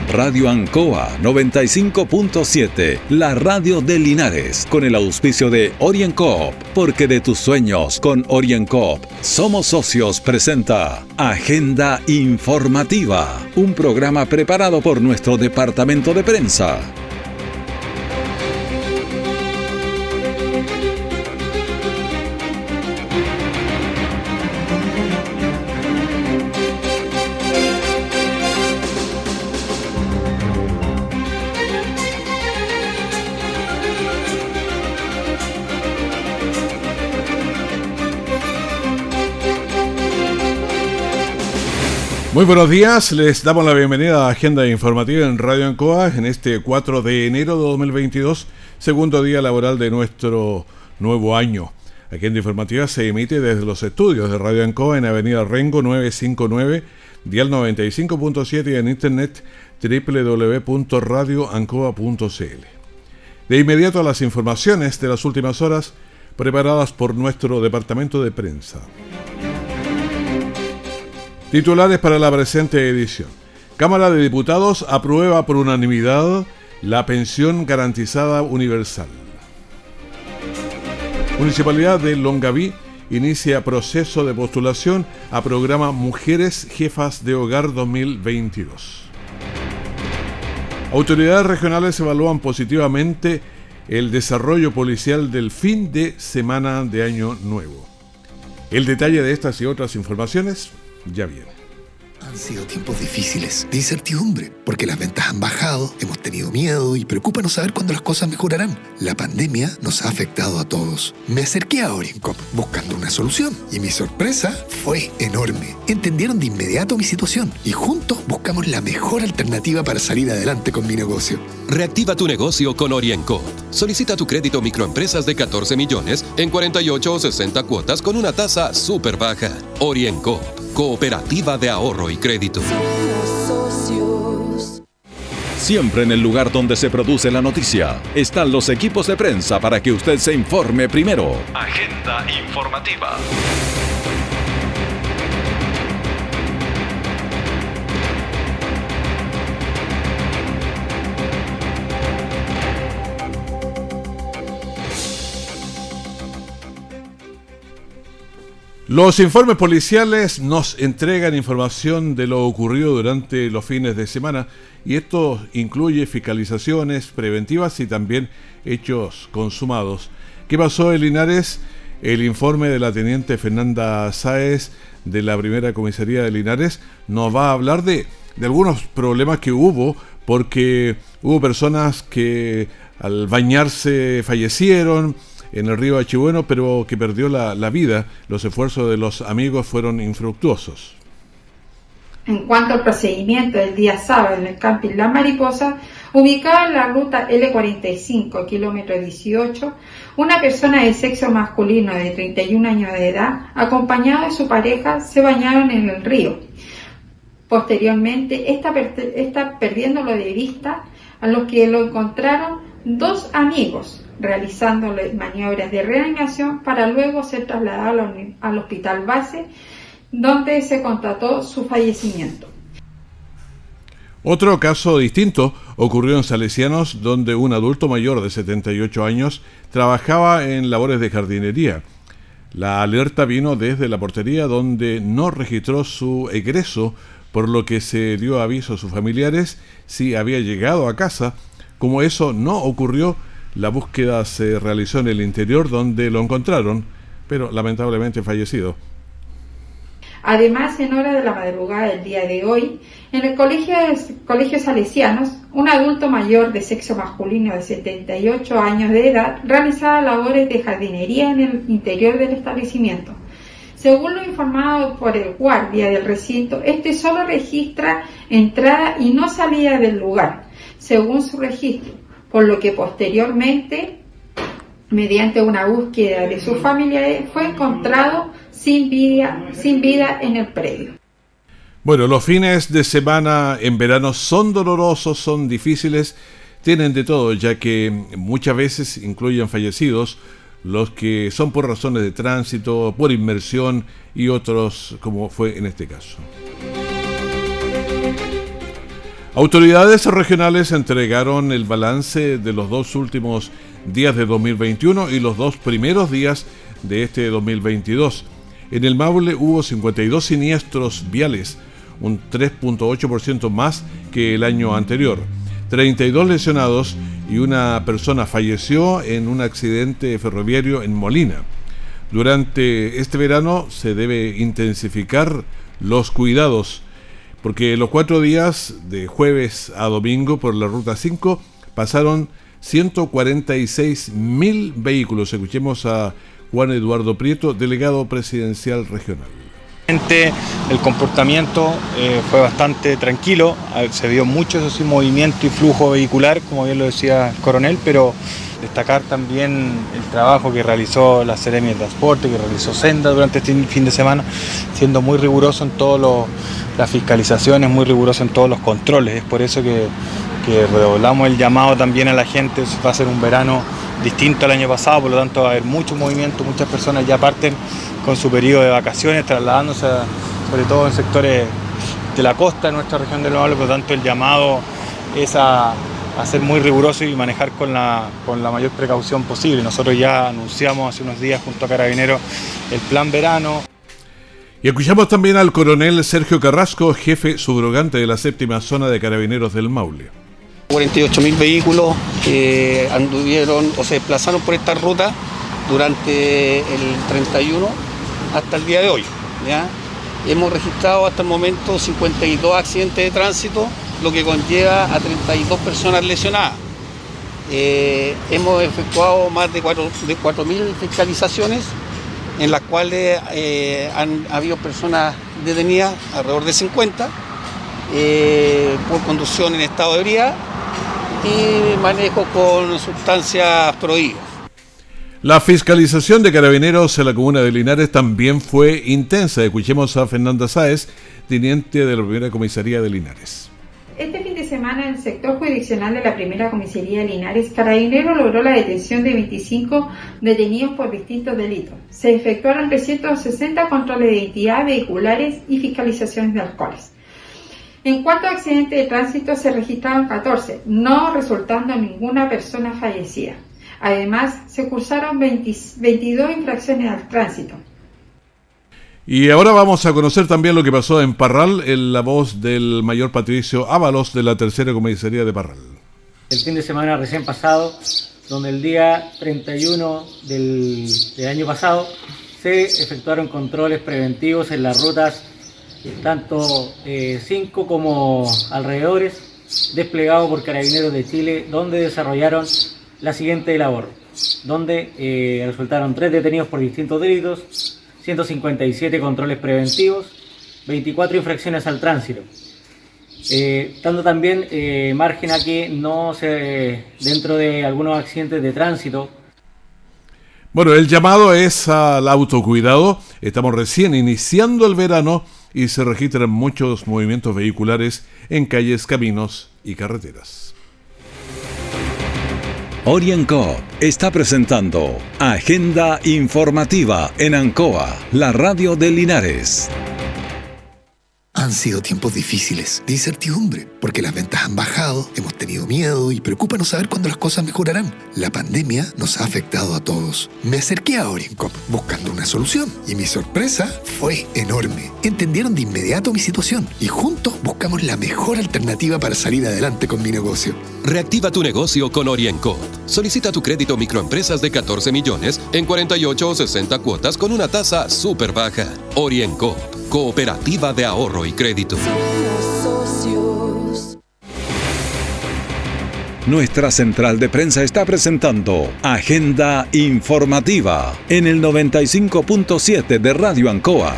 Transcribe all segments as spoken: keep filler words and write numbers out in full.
Radio Ancoa noventa y cinco punto siete, la radio de Linares, con el auspicio de OrienCoop, porque de tus sueños con OrienCoop somos socios, presenta Agenda Informativa, un programa preparado por nuestro departamento de prensa. Muy buenos días, les damos la bienvenida a Agenda Informativa en Radio Ancoa en este cuatro de enero de dos mil veintidós, segundo día laboral de nuestro nuevo año. Agenda Informativa se emite desde los estudios de Radio Ancoa en Avenida Rengo novecientos cincuenta y nueve, dial noventa y cinco punto siete y en internet doble u doble u doble u punto radio ancoa punto c l. De inmediato a las informaciones de las últimas horas preparadas por nuestro departamento de prensa. Titulares para la presente edición. Cámara de Diputados aprueba por unanimidad la pensión garantizada universal. Municipalidad de Longaví inicia proceso de postulación a programa Mujeres Jefas de Hogar dos mil veintidós. Autoridades regionales evalúan positivamente el desarrollo policial del fin de semana de Año Nuevo. El detalle de estas y otras informaciones ya viene. Han sido tiempos difíciles, de incertidumbre, porque las ventas han bajado, hemos tenido miedo y preocupa no saber cuándo las cosas mejorarán. La pandemia nos ha afectado a todos. Me acerqué a OrienCoop buscando una solución y mi sorpresa fue enorme. Entendieron de inmediato mi situación y juntos buscamos la mejor alternativa para salir adelante con mi negocio. Reactiva tu negocio con OrienCoop. Solicita tu crédito microempresas de catorce millones en cuarenta y ocho o sesenta cuotas con una tasa súper baja. OrienCoop, Cooperativa de Ahorro y Crédito. Siempre en el lugar donde se produce la noticia están los equipos de prensa para que usted se informe primero. Agenda Informativa. Los informes policiales nos entregan información de lo ocurrido durante los fines de semana y esto incluye fiscalizaciones preventivas y también hechos consumados. ¿Qué pasó en Linares? El informe de la teniente Fernanda Sáez de la primera comisaría de Linares nos va a hablar de, de algunos problemas que hubo porque hubo personas que al bañarse fallecieron en el río Achibueno, pero que perdió la, la vida. Los esfuerzos de los amigos fueron infructuosos. En cuanto al procedimiento del día sábado en el camping La Mariposa, ubicado en la ruta L cuarenta y cinco, kilómetro dieciocho, una persona de sexo masculino de treinta y un años de edad, acompañado de su pareja, se bañaron en el río. Posteriormente, esta, esta perdiéndolo de vista, a los que lo encontraron dos amigos, realizándole maniobras de reanimación para luego ser trasladado al hospital base, donde se constató su fallecimiento. Otro caso distinto ocurrió en Salesianos, donde un adulto mayor de setenta y ocho años trabajaba en labores de jardinería. La alerta vino desde la portería, donde no registró su egreso, por lo que se dio aviso a sus familiares si había llegado a casa. Como eso no ocurrió, la búsqueda se realizó en el interior, donde lo encontraron, pero lamentablemente fallecido. Además, en horas de la madrugada del día de hoy, en el colegio, colegio Salesianos, un adulto mayor de sexo masculino de setenta y ocho años de edad realizaba labores de jardinería en el interior del establecimiento. Según lo informado por el guardia del recinto, este solo registra entrada y no salida del lugar, según su registro, por lo que posteriormente, mediante una búsqueda de sus familiares, fue encontrado sin vida, sin vida en el predio. Bueno, los fines de semana en verano son dolorosos, son difíciles, tienen de todo, ya que muchas veces incluyen fallecidos, los que son por razones de tránsito, por inmersión y otros como fue en este caso. Autoridades regionales entregaron el balance de los dos últimos días de dos mil veintiuno y los dos primeros días de este dos mil veintidós. En el Maule hubo cincuenta y dos siniestros viales, un tres punto ocho por ciento más que el año anterior. treinta y dos lesionados y una persona falleció en un accidente ferroviario en Molina. Durante este verano se debe intensificar los cuidados, porque los cuatro días de jueves a domingo por la Ruta cinco pasaron ciento cuarenta y seis mil vehículos. Escuchemos a Juan Eduardo Prieto, delegado presidencial regional. El comportamiento eh, fue bastante tranquilo, se vio mucho eso sí, movimiento y flujo vehicular, como bien lo decía el coronel, pero destacar también el trabajo que realizó la Seremi de Transporte, que realizó Senda durante este fin de semana, siendo muy riguroso en todas las fiscalizaciones, muy riguroso en todos los controles. Es por eso que, que redoblamos el llamado también a la gente. Va a ser un verano distinto al año pasado, por lo tanto va a haber mucho movimiento, muchas personas ya parten con su periodo de vacaciones, trasladándose a, sobre todo en sectores de la costa de nuestra región del Maule. Por lo tanto el llamado es a, a ser muy riguroso y manejar con la, con la mayor precaución posible. Nosotros ya anunciamos hace unos días junto a Carabineros el plan verano. Y escuchamos también al coronel Sergio Carrasco, jefe subrogante de la séptima zona de Carabineros del Maule. cuarenta y ocho mil vehículos que anduvieron o se desplazaron por esta ruta durante el treinta y uno hasta el día de hoy, ¿ya? Hemos registrado hasta el momento cincuenta y dos accidentes de tránsito, lo que conlleva a treinta y dos personas lesionadas. Eh, hemos efectuado más de cuatro mil fiscalizaciones, en las cuales eh, han habido personas detenidas, alrededor de cincuenta, eh, por conducción en estado de ebriedad y manejo con sustancias prohibidas. La fiscalización de Carabineros en la comuna de Linares también fue intensa. Escuchemos a Fernanda Sáez, teniente de la primera comisaría de Linares. Este fin de semana, en el sector jurisdiccional de la primera comisaría de Linares, Carabineros logró la detención de veinticinco detenidos por distintos delitos. Se efectuaron trescientos sesenta controles de identidad vehiculares y fiscalizaciones de alcoholes. En cuanto a accidentes de tránsito, se registraron catorce, no resultando ninguna persona fallecida. Además, se cursaron veinte, veintidós infracciones al tránsito. Y ahora vamos a conocer también lo que pasó en Parral, en la voz del mayor Patricio Ábalos de la tercera comisaría de Parral. El fin de semana recién pasado, donde el día treinta y uno del, del año pasado se efectuaron controles preventivos en las rutas tanto cinco eh, como alrededores, desplegados por Carabineros de Chile, donde desarrollaron la siguiente labor, donde eh, resultaron tres detenidos por distintos delitos, ciento cincuenta y siete controles preventivos, veinticuatro infracciones al tránsito, eh, dando también eh, margen a que no se, dentro de algunos accidentes de tránsito. Bueno, el llamado es al autocuidado. Estamos recién iniciando el verano y se registran muchos movimientos vehiculares en calles, caminos y carreteras. OrienCoop está presentando Agenda Informativa en Ancoa, la radio de Linares. Han sido tiempos difíciles, de incertidumbre, porque las ventas han bajado, hemos tenido miedo y preocupa no saber cuándo las cosas mejorarán. La pandemia nos ha afectado a todos. Me acerqué a OrienCoop buscando una solución y mi sorpresa fue enorme. Entendieron de inmediato mi situación y juntos buscamos la mejor alternativa para salir adelante con mi negocio. Reactiva tu negocio con OrienCoop. Solicita tu crédito microempresas de catorce millones en cuarenta y ocho o sesenta cuotas con una tasa súper baja. OrienCoop, cooperativa de ahorro y crédito. Nuestra central de prensa está presentando Agenda Informativa en el noventa y cinco punto siete de Radio Ancoa.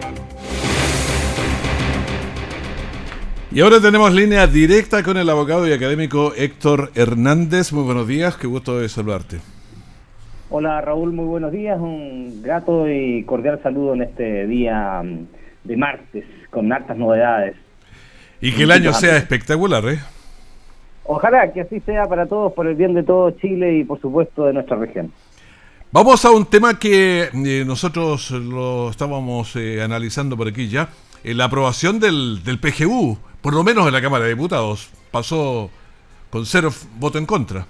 Y ahora tenemos línea directa con el abogado y académico Héctor Hernández. Muy buenos días, qué gusto de saludarte. Hola Raúl, muy buenos días. Un grato y cordial saludo en este día de martes, con hartas novedades. Y que el año sea espectacular, ¿eh? Ojalá que así sea para todos, por el bien de todo Chile y por supuesto de nuestra región. Vamos a un tema que eh, nosotros lo estábamos eh, analizando por aquí ya, eh, la aprobación del, del P G U por lo menos en la Cámara de Diputados, pasó con cero voto en contra.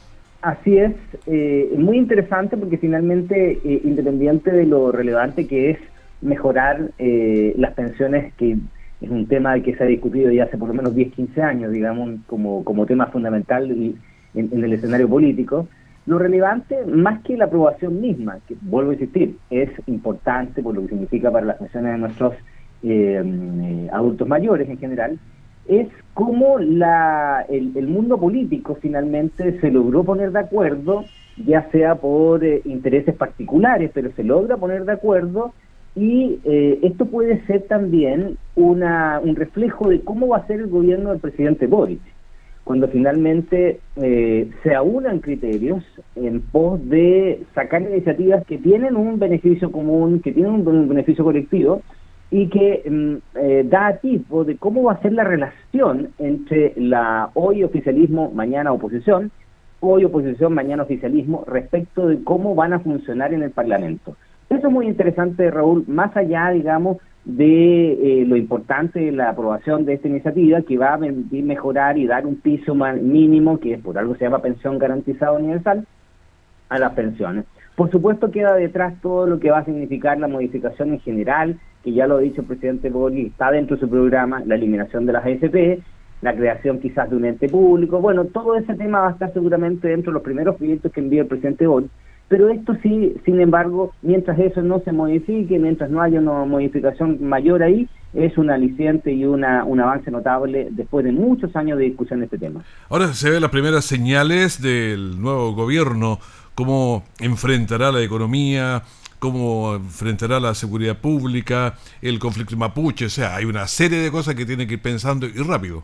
Así es, eh, muy interesante porque finalmente, eh, independiente de lo relevante que es mejorar eh, las pensiones, que es un tema que se ha discutido ya hace por lo menos diez, quince años, digamos, como, como tema fundamental en, en el escenario político, lo relevante, más que la aprobación misma, que vuelvo a insistir, es importante por lo que significa para las pensiones de nuestros eh, eh, adultos mayores en general, es cómo la, el, el mundo político finalmente se logró poner de acuerdo, ya sea por eh, intereses particulares, pero se logra poner de acuerdo, y eh, esto puede ser también una, un reflejo de cómo va a ser el gobierno del presidente Boric, cuando finalmente eh, se aunan criterios en pos de sacar iniciativas que tienen un beneficio común, que tienen un, un beneficio colectivo, y que eh, da tipo de cómo va a ser la relación entre la hoy oficialismo, mañana oposición, hoy oposición, mañana oficialismo, respecto de cómo van a funcionar en el Parlamento. Eso es muy interesante, Raúl, más allá, digamos, de eh, lo importante de la aprobación de esta iniciativa, que va a mejorar y dar un piso mínimo, que por algo se llama pensión garantizada universal, a las pensiones. Por supuesto queda detrás todo lo que va a significar la modificación en general, que ya lo ha dicho el presidente Boric, está dentro de su programa, la eliminación de las A F P, la creación quizás de un ente público. Bueno, todo ese tema va a estar seguramente dentro de los primeros proyectos que envía el presidente Boric, pero esto sí, sin embargo, mientras eso no se modifique, mientras no haya una modificación mayor ahí, es un aliciente y una, un avance notable después de muchos años de discusión de este tema. Ahora se ven las primeras señales del nuevo gobierno, cómo enfrentará la economía, cómo enfrentará la seguridad pública, el conflicto mapuche, o sea, hay una serie de cosas que tiene que ir pensando y rápido.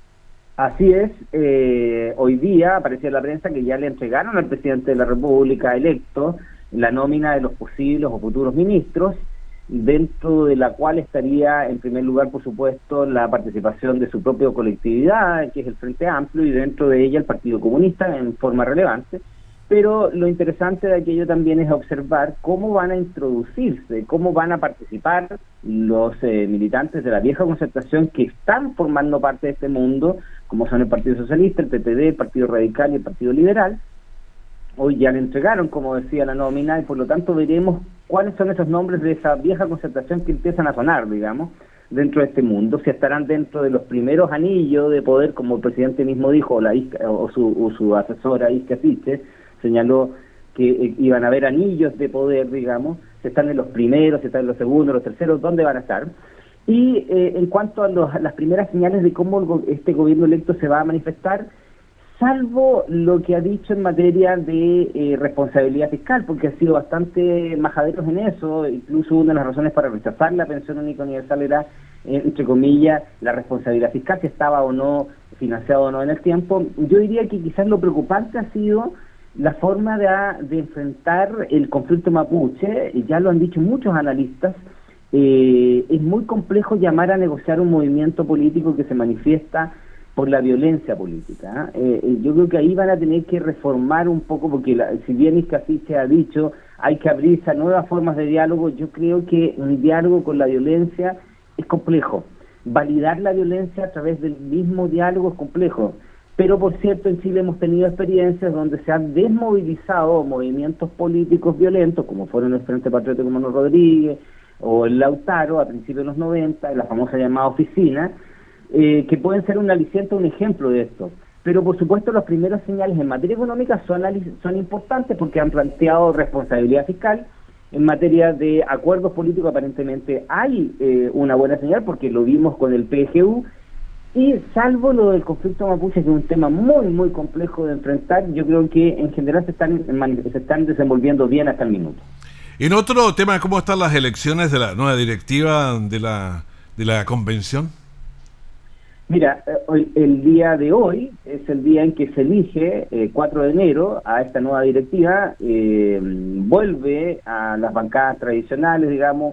Así es, eh, hoy día apareció en la prensa que ya le entregaron al presidente de la República electo la nómina de los posibles o futuros ministros, dentro de la cual estaría en primer lugar, por supuesto, la participación de su propia colectividad, que es el Frente Amplio, y dentro de ella el Partido Comunista en forma relevante. Pero lo interesante de aquello también es observar cómo van a introducirse, cómo van a participar los eh, militantes de la vieja concertación que están formando parte de este mundo, como son el Partido Socialista, el P P D, el Partido Radical y el Partido Liberal. Hoy ya le entregaron, como decía, la nómina, y por lo tanto veremos cuáles son esos nombres de esa vieja concertación que empiezan a sonar, digamos, dentro de este mundo. Si estarán dentro de los primeros anillos de poder, como el presidente mismo dijo, o, la Isca, o, su, o su asesora Isca Siche señaló que eh, iban a haber anillos de poder, digamos, si están en los primeros, si están en los segundos, los terceros, ¿dónde van a estar? Y eh, en cuanto a, los, a las primeras señales de cómo el, este gobierno electo se va a manifestar, salvo lo que ha dicho en materia de eh, responsabilidad fiscal, porque ha sido bastante majaderos en eso, incluso una de las razones para rechazar la pensión única universal era, eh, entre comillas, la responsabilidad fiscal, si estaba o no financiado o no en el tiempo. Yo diría que quizás lo preocupante ha sido la forma de, de enfrentar el conflicto mapuche. Ya lo han dicho muchos analistas, eh, es muy complejo llamar a negociar un movimiento político que se manifiesta por la violencia política. Eh, yo creo que ahí van a tener que reformar un poco, porque la, si bien Iscasiche ha dicho hay que abrirse a nuevas formas de diálogo, yo creo que un diálogo con la violencia es complejo. Validar la violencia a través del mismo diálogo es complejo. Pero, por cierto, en Chile hemos tenido experiencias donde se han desmovilizado movimientos políticos violentos, como fueron el Frente Patriótico Manuel Rodríguez o el Lautaro a principios de los noventa, la famosa llamada oficina, eh, que pueden ser un aliciente, un ejemplo de esto. Pero, por supuesto, las primeras señales en materia económica son, son importantes porque han planteado responsabilidad fiscal. En materia de acuerdos políticos, aparentemente hay eh, una buena señal, porque lo vimos con el P G U. Y salvo lo del conflicto mapuche, que es un tema muy, muy complejo de enfrentar, yo creo que en general se están, se están desenvolviendo bien hasta el minuto. En otro tema, ¿cómo están las elecciones de la nueva directiva de la, de la convención? Mira, hoy, el día de hoy es el día en que se elige, eh, cuatro de enero, a esta nueva directiva. Eh, vuelve a las bancadas tradicionales, digamos,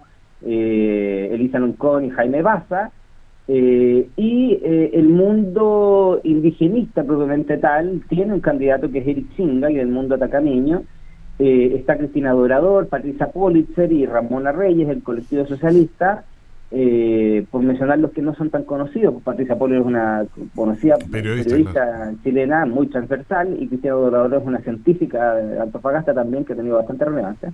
eh, Elisa Loncón y Jaime Baza. Eh, y eh, el mundo indigenista propiamente tal tiene un candidato que es Eric Chinga, y del mundo atacameño eh, está Cristina Dorador, Patricia Pulitzer y Ramona Reyes, el colectivo socialista, eh, por mencionar los que no son tan conocidos. Pues Patricia Polo es una conocida periodista, periodista claro. chilena, muy transversal, y Cristina Dorador es una científica de Antofagasta también, que ha tenido bastante relevancia.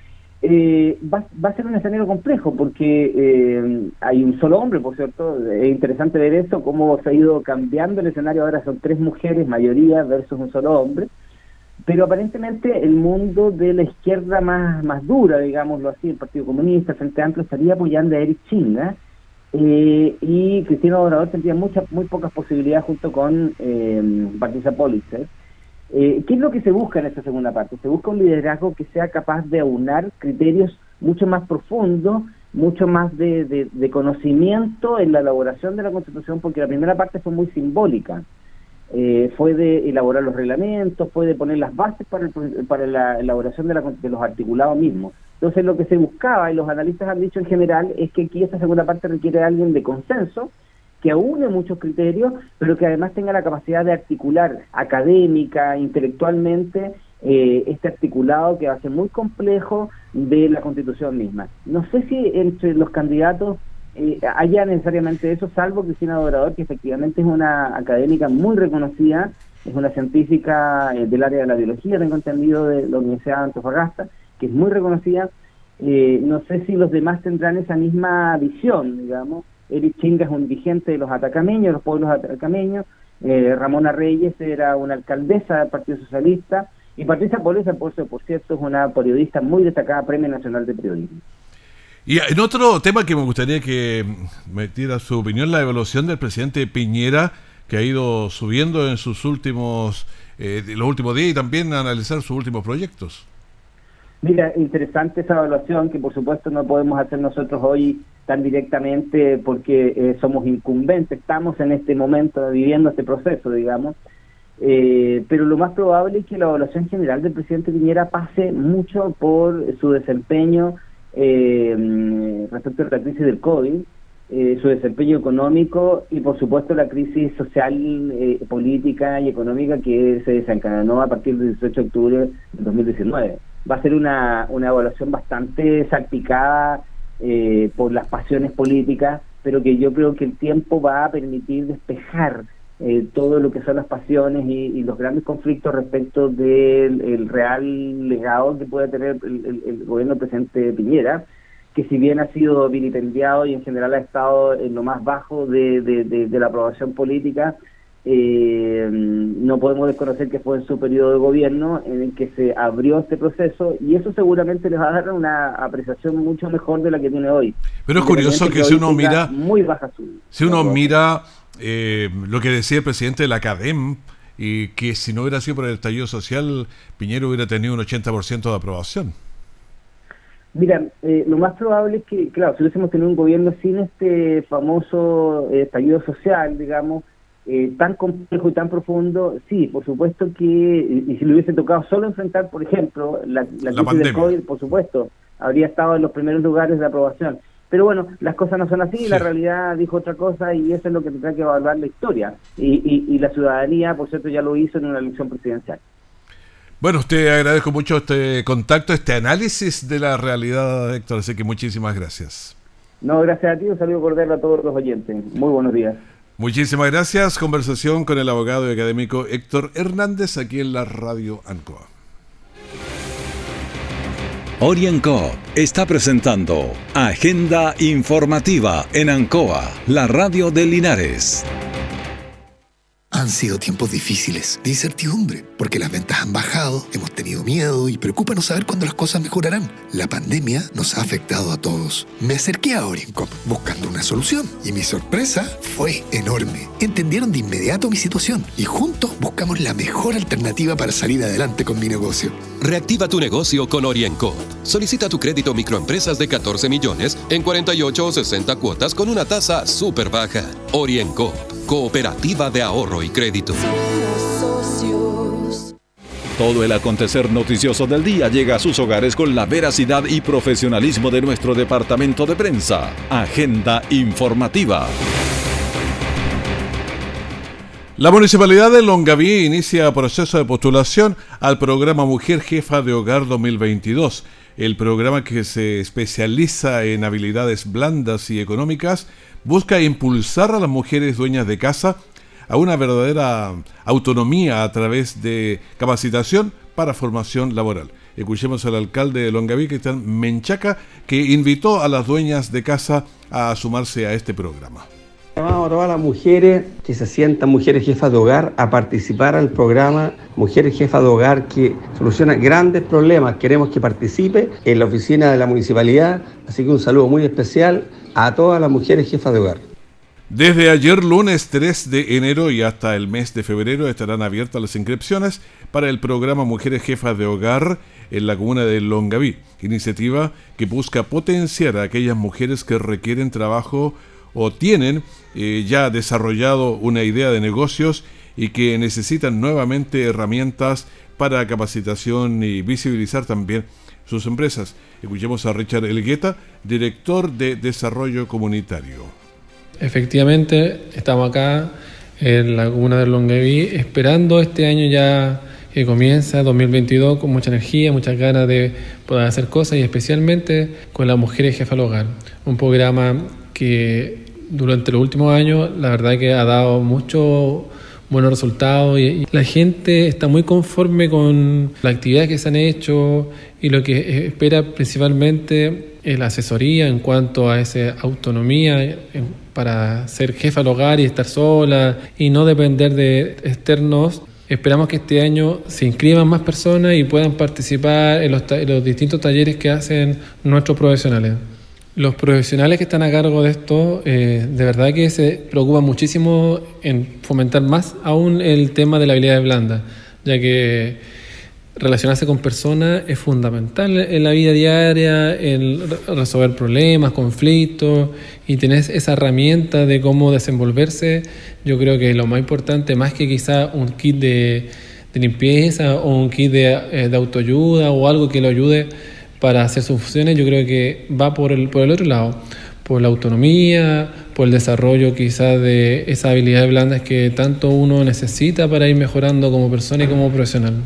Eh, va, va a ser un escenario complejo porque eh, hay un solo hombre, por cierto. Es interesante ver eso, cómo se ha ido cambiando el escenario. Ahora son tres mujeres, mayoría, versus un solo hombre. Pero aparentemente el mundo de la izquierda más, más dura, digámoslo así, el Partido Comunista, el Frente Amplio, estaría apoyando a Erich Chinga, eh, y Cristina Dorador tendría muchas, muy pocas posibilidades junto con eh, Patricia Politzer. Eh, ¿Qué es lo que se busca en esta segunda parte? Se busca un liderazgo que sea capaz de aunar criterios mucho más profundos, mucho más de, de, de conocimiento en la elaboración de la Constitución, porque la primera parte fue muy simbólica. Eh, fue de elaborar los reglamentos, fue de poner las bases para, el, para la elaboración de, la, de los articulados mismos. Entonces lo que se buscaba, y los analistas han dicho en general, es que aquí esta segunda parte requiere de alguien de consenso, que aúne muchos criterios, pero que además tenga la capacidad de articular académica, intelectualmente, eh, este articulado que va a ser muy complejo de la Constitución misma. No sé si entre los candidatos eh, haya necesariamente eso, salvo Cristina Dorador, que efectivamente es una académica muy reconocida, es una científica eh, del área de la biología, tengo entendido, de la Universidad de Antofagasta, que es muy reconocida. Eh, no sé si los demás tendrán esa misma visión, digamos. Erich Chinga es un dirigente de los atacameños, de los pueblos atacameños. eh, Ramona Reyes era una alcaldesa del Partido Socialista, y Patricia Politzer, por, por cierto, es una periodista muy destacada, Premio Nacional de Periodismo. Y en otro tema que me gustaría que metiera su opinión, la evaluación del presidente Piñera, que ha ido subiendo en sus últimos, eh, los últimos días, y también analizar sus últimos proyectos. Mira, interesante esa evaluación, que por supuesto no podemos hacer nosotros hoy tan directamente porque eh, somos incumbentes, estamos en este momento viviendo este proceso, digamos, eh, pero lo más probable es que la evaluación general del presidente Piñera pase mucho por su desempeño eh, respecto a la crisis del COVID, eh, su desempeño económico y por supuesto la crisis social, eh, política y económica que se desencadenó a partir del dieciocho de octubre de dos mil diecinueve. Va a ser una, una evaluación bastante salpicada eh, por las pasiones políticas, pero que yo creo que el tiempo va a permitir despejar eh, todo lo que son las pasiones y, y los grandes conflictos respecto del el real legado que puede tener el, el, el gobierno del presidente Piñera, que si bien ha sido vilipendiado y en general ha estado en lo más bajo de, de, de, de la aprobación política, Eh, no podemos desconocer que fue en su periodo de gobierno en el que se abrió este proceso, y eso seguramente les va a dar una apreciación mucho mejor de la que tiene hoy. Pero es curioso que, que si uno mira muy baja su, si uno mira eh, lo que decía el presidente de la CADEM, y que si no hubiera sido por el estallido social, Piñera hubiera tenido un ochenta por ciento de aprobación. Mira, eh, lo más probable es que, claro, si hubiésemos tenido un gobierno sin este famoso eh, estallido social, digamos, Eh, tan complejo y tan profundo, sí, por supuesto que, y, y si le hubiese tocado solo enfrentar, por ejemplo, la, la, la crisis del COVID, por supuesto, habría estado en los primeros lugares de aprobación. Pero bueno, las cosas no son así, sí. La realidad dijo otra cosa, y eso es lo que tendrá que evaluar la historia. Y, y, y la ciudadanía, por cierto, ya lo hizo en una elección presidencial. Bueno, usted agradezco mucho este contacto, este análisis de la realidad, Héctor, así que muchísimas gracias. No, gracias a ti, un saludo cordial a todos los oyentes. Muy buenos días. Muchísimas gracias. Conversación con el abogado y académico Héctor Hernández aquí en la Radio ANCOA. ORIENCOP está presentando Agenda Informativa en ANCOA, la radio de Linares. Han sido tiempos difíciles, de incertidumbre, porque las ventas han bajado, hemos tenido miedo y preocupa no saber cuándo las cosas mejorarán. La pandemia nos ha afectado a todos. Me acerqué a ORIENCOP buscando una solución y mi sorpresa fue enorme. Entendieron de inmediato mi situación y juntos buscamos la mejor alternativa para salir adelante con mi negocio. Reactiva tu negocio con ORIENCOP. Solicita tu crédito microempresas de catorce millones en cuarenta y ocho o sesenta cuotas con una tasa súper baja. ORIENCOP, Cooperativa de Ahorro y Crédito. Todo el acontecer noticioso del día llega a sus hogares con la veracidad y profesionalismo de nuestro departamento de prensa. Agenda Informativa. La Municipalidad de Longaví inicia proceso de postulación al programa Mujer Jefa de Hogar dos mil veintidós. El programa, que se especializa en habilidades blandas y económicas, busca impulsar a las mujeres dueñas de casa a una verdadera autonomía a través de capacitación para formación laboral. Escuchemos al alcalde de Longaví, Cristian Menchaca, que invitó a las dueñas de casa a sumarse a este programa. Llamamos a todas las mujeres que se sientan mujeres jefas de hogar a participar al programa Mujeres Jefas de Hogar, que soluciona grandes problemas. Queremos que participe en la oficina de la municipalidad, así que un saludo muy especial a todas las mujeres jefas de hogar. Desde ayer lunes tres de enero y hasta el mes de febrero estarán abiertas las inscripciones para el programa Mujeres Jefas de Hogar en la comuna de Longaví, iniciativa que busca potenciar a aquellas mujeres que requieren trabajo o tienen eh, ya desarrollado una idea de negocios y que necesitan nuevamente herramientas para capacitación y visibilizar también sus empresas. Escuchemos a Richard Elgueta, director de Desarrollo Comunitario. Efectivamente, estamos acá en la comuna de Longaví esperando este año ya que comienza dos mil veintidós con mucha energía, muchas ganas de poder hacer cosas, y especialmente con las mujeres jefas del hogar. Un programa que durante los últimos años la verdad que ha dado muchos buenos resultados, y, y la gente está muy conforme con las actividades que se han hecho, y lo que espera principalmente es la asesoría en cuanto a esa autonomía en, para ser jefa del hogar y estar sola y no depender de externos. Esperamos que este año se inscriban más personas y puedan participar en los, ta- en los distintos talleres que hacen nuestros profesionales. Los profesionales que están a cargo de esto, eh, de verdad que se preocupan muchísimo en fomentar más aún el tema de la habilidad blanda, ya que relacionarse con personas es fundamental en la vida diaria, en resolver problemas, conflictos, y tener esa herramienta de cómo desenvolverse. Yo creo que lo más importante, más que quizá un kit de, de limpieza o un kit de, eh, de autoayuda o algo que lo ayude para hacer sus funciones, yo creo que va por el, por el otro lado, por la autonomía, por el desarrollo quizás de esas habilidades blandas que tanto uno necesita para ir mejorando como persona y como profesional.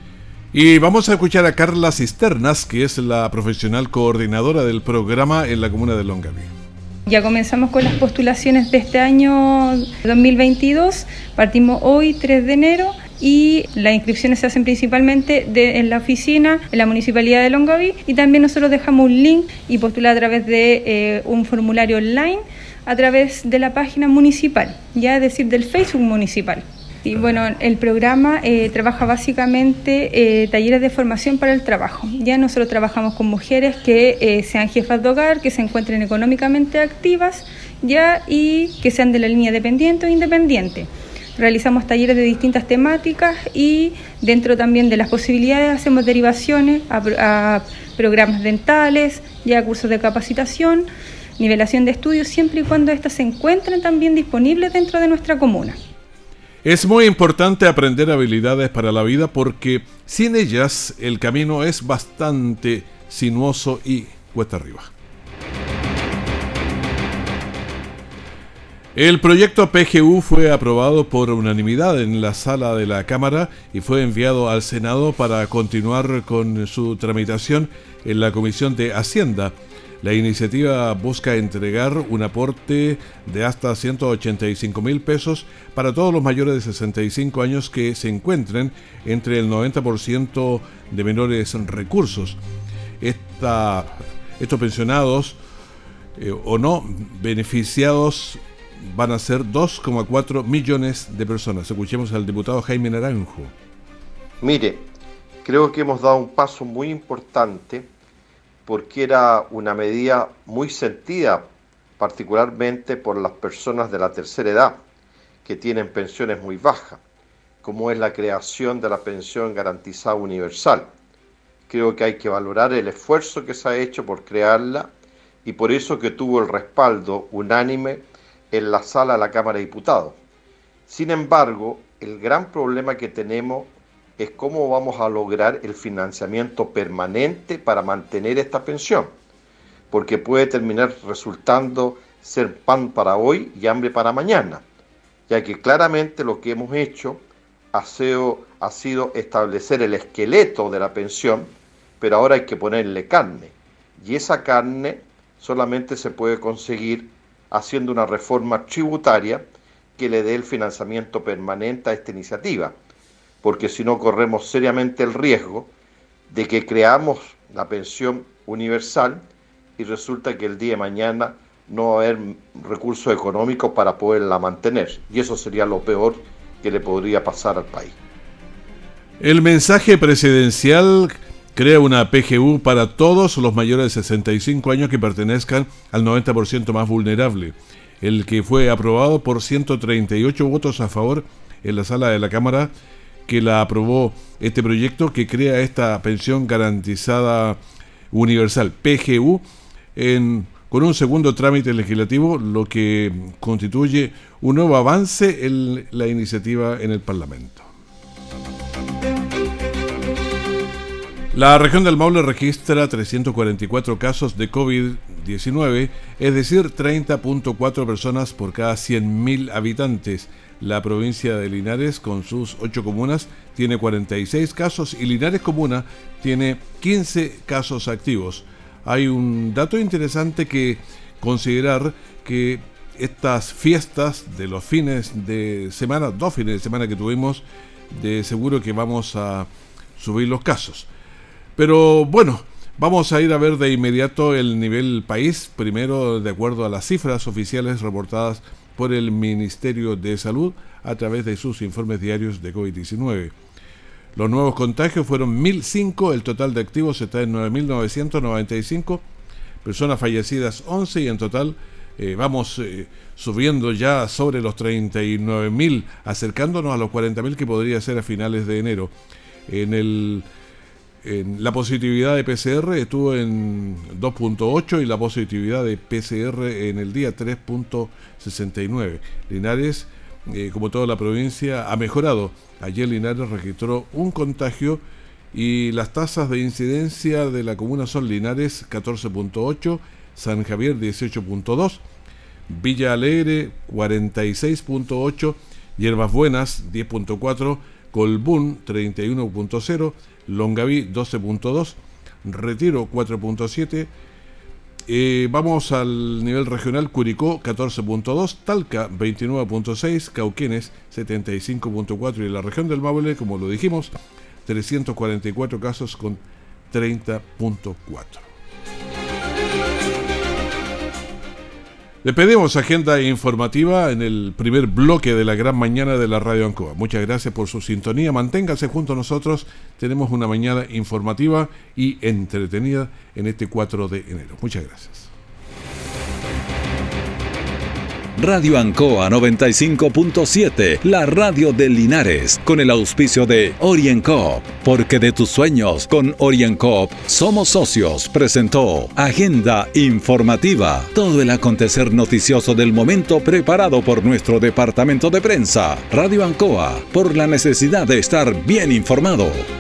Y vamos a escuchar a Carla Cisternas, que es la profesional coordinadora del programa en la comuna de Longaví. Ya comenzamos con las postulaciones de este año dos mil veintidós, partimos hoy tres de enero y las inscripciones se hacen principalmente de, en la oficina, en la Municipalidad de Longaví, y también nosotros dejamos un link y postular a través de eh, un formulario online a través de la página municipal, ya es decir, del Facebook municipal. Y bueno, el programa eh, trabaja básicamente eh, talleres de formación para el trabajo. Ya nosotros trabajamos con mujeres que eh, sean jefas de hogar, que se encuentren económicamente activas, ya, y que sean de la línea dependiente o independiente. Realizamos talleres de distintas temáticas y dentro también de las posibilidades hacemos derivaciones a, a programas dentales, ya cursos de capacitación, nivelación de estudios, siempre y cuando éstas se encuentren también disponibles dentro de nuestra comuna. Es muy importante aprender habilidades para la vida porque sin ellas el camino es bastante sinuoso y cuesta arriba. El proyecto P G U fue aprobado por unanimidad en la sala de la Cámara y fue enviado al Senado para continuar con su tramitación en la Comisión de Hacienda. La iniciativa busca entregar un aporte de hasta ciento ochenta y cinco mil pesos para todos los mayores de sesenta y cinco años que se encuentren entre el noventa por ciento de menores recursos. Esta, estos pensionados eh, o no beneficiados van a ser dos coma cuatro millones de personas. Escuchemos al diputado Jaime Naranjo. Mire, creo que hemos dado un paso muy importante porque era una medida muy sentida, particularmente por las personas de la tercera edad, que tienen pensiones muy bajas, como es la creación de la pensión garantizada universal. Creo que hay que valorar el esfuerzo que se ha hecho por crearla y por eso que tuvo el respaldo unánime en la sala de la Cámara de Diputados. Sin embargo, el gran problema que tenemos es cómo vamos a lograr el financiamiento permanente para mantener esta pensión, porque puede terminar resultando ser pan para hoy y hambre para mañana, ya que claramente lo que hemos hecho ha sido, ha sido establecer el esqueleto de la pensión pero ahora hay que ponerle carne. Y esa carne solamente se puede conseguir haciendo una reforma tributaria que le dé el financiamiento permanente a esta iniciativa, porque si no corremos seriamente el riesgo de que creamos la pensión universal y resulta que el día de mañana no va a haber recursos económicos para poderla mantener, y eso sería lo peor que le podría pasar al país. El mensaje presidencial crea una P G U para todos los mayores de sesenta y cinco años que pertenezcan al noventa por ciento más vulnerable, el que fue aprobado por ciento treinta y ocho votos a favor en la sala de la Cámara, que la aprobó este proyecto que crea esta pensión garantizada universal, P G U, en, con un segundo trámite legislativo, lo que constituye un nuevo avance en la iniciativa en el Parlamento. La región del Maule registra trescientos cuarenta y cuatro casos de COVID diecinueve, es decir, treinta punto cuatro personas por cada cien mil habitantes. La provincia de Linares, con sus ocho comunas, tiene cuarenta y seis casos y Linares Comuna tiene quince casos activos. Hay un dato interesante que considerar, que estas fiestas de los fines de semana, dos fines de semana que tuvimos, de seguro que vamos a subir los casos. Pero bueno, vamos a ir a ver de inmediato el nivel país, primero de acuerdo a las cifras oficiales reportadas por el Ministerio de Salud a través de sus informes diarios de COVID diecinueve. Los nuevos contagios fueron mil cinco, el total de activos está en nueve mil novecientos noventa y cinco, personas fallecidas once, y en total eh, vamos eh, subiendo ya sobre los treinta y nueve mil, acercándonos a los cuarenta mil que podría ser a finales de enero. En el En la positividad de P C R estuvo en dos punto ocho y la positividad de P C R en el día tres punto sesenta y nueve. Linares, eh, como toda la provincia, ha mejorado. Ayer Linares registró un contagio y las tasas de incidencia de la comuna son Linares catorce punto ocho, San Javier dieciocho punto dos, Villa Alegre cuarenta y seis punto ocho, Hierbas Buenas diez punto cuatro, Colbún treinta y uno punto cero, Longaví doce punto dos, Retiro cuatro punto siete, eh, vamos al nivel regional, Curicó catorce punto dos, Talca veintinueve punto seis, Cauquenes setenta y cinco punto cuatro y la región del Maule, como lo dijimos, trescientos cuarenta y cuatro casos con treinta punto cuatro. Le pedimos agenda informativa en el primer bloque de la gran mañana de la Radio Ancoa. Muchas gracias por su sintonía. Manténgase junto a nosotros. Tenemos una mañana informativa y entretenida en este cuatro de enero. Muchas gracias. Radio Ancoa noventa y cinco punto siete, la radio de Linares, con el auspicio de OrienCoop, porque de tus sueños con OrienCoop somos socios, presentó Agenda Informativa, todo el acontecer noticioso del momento preparado por nuestro departamento de prensa. Radio Ancoa, por la necesidad de estar bien informado.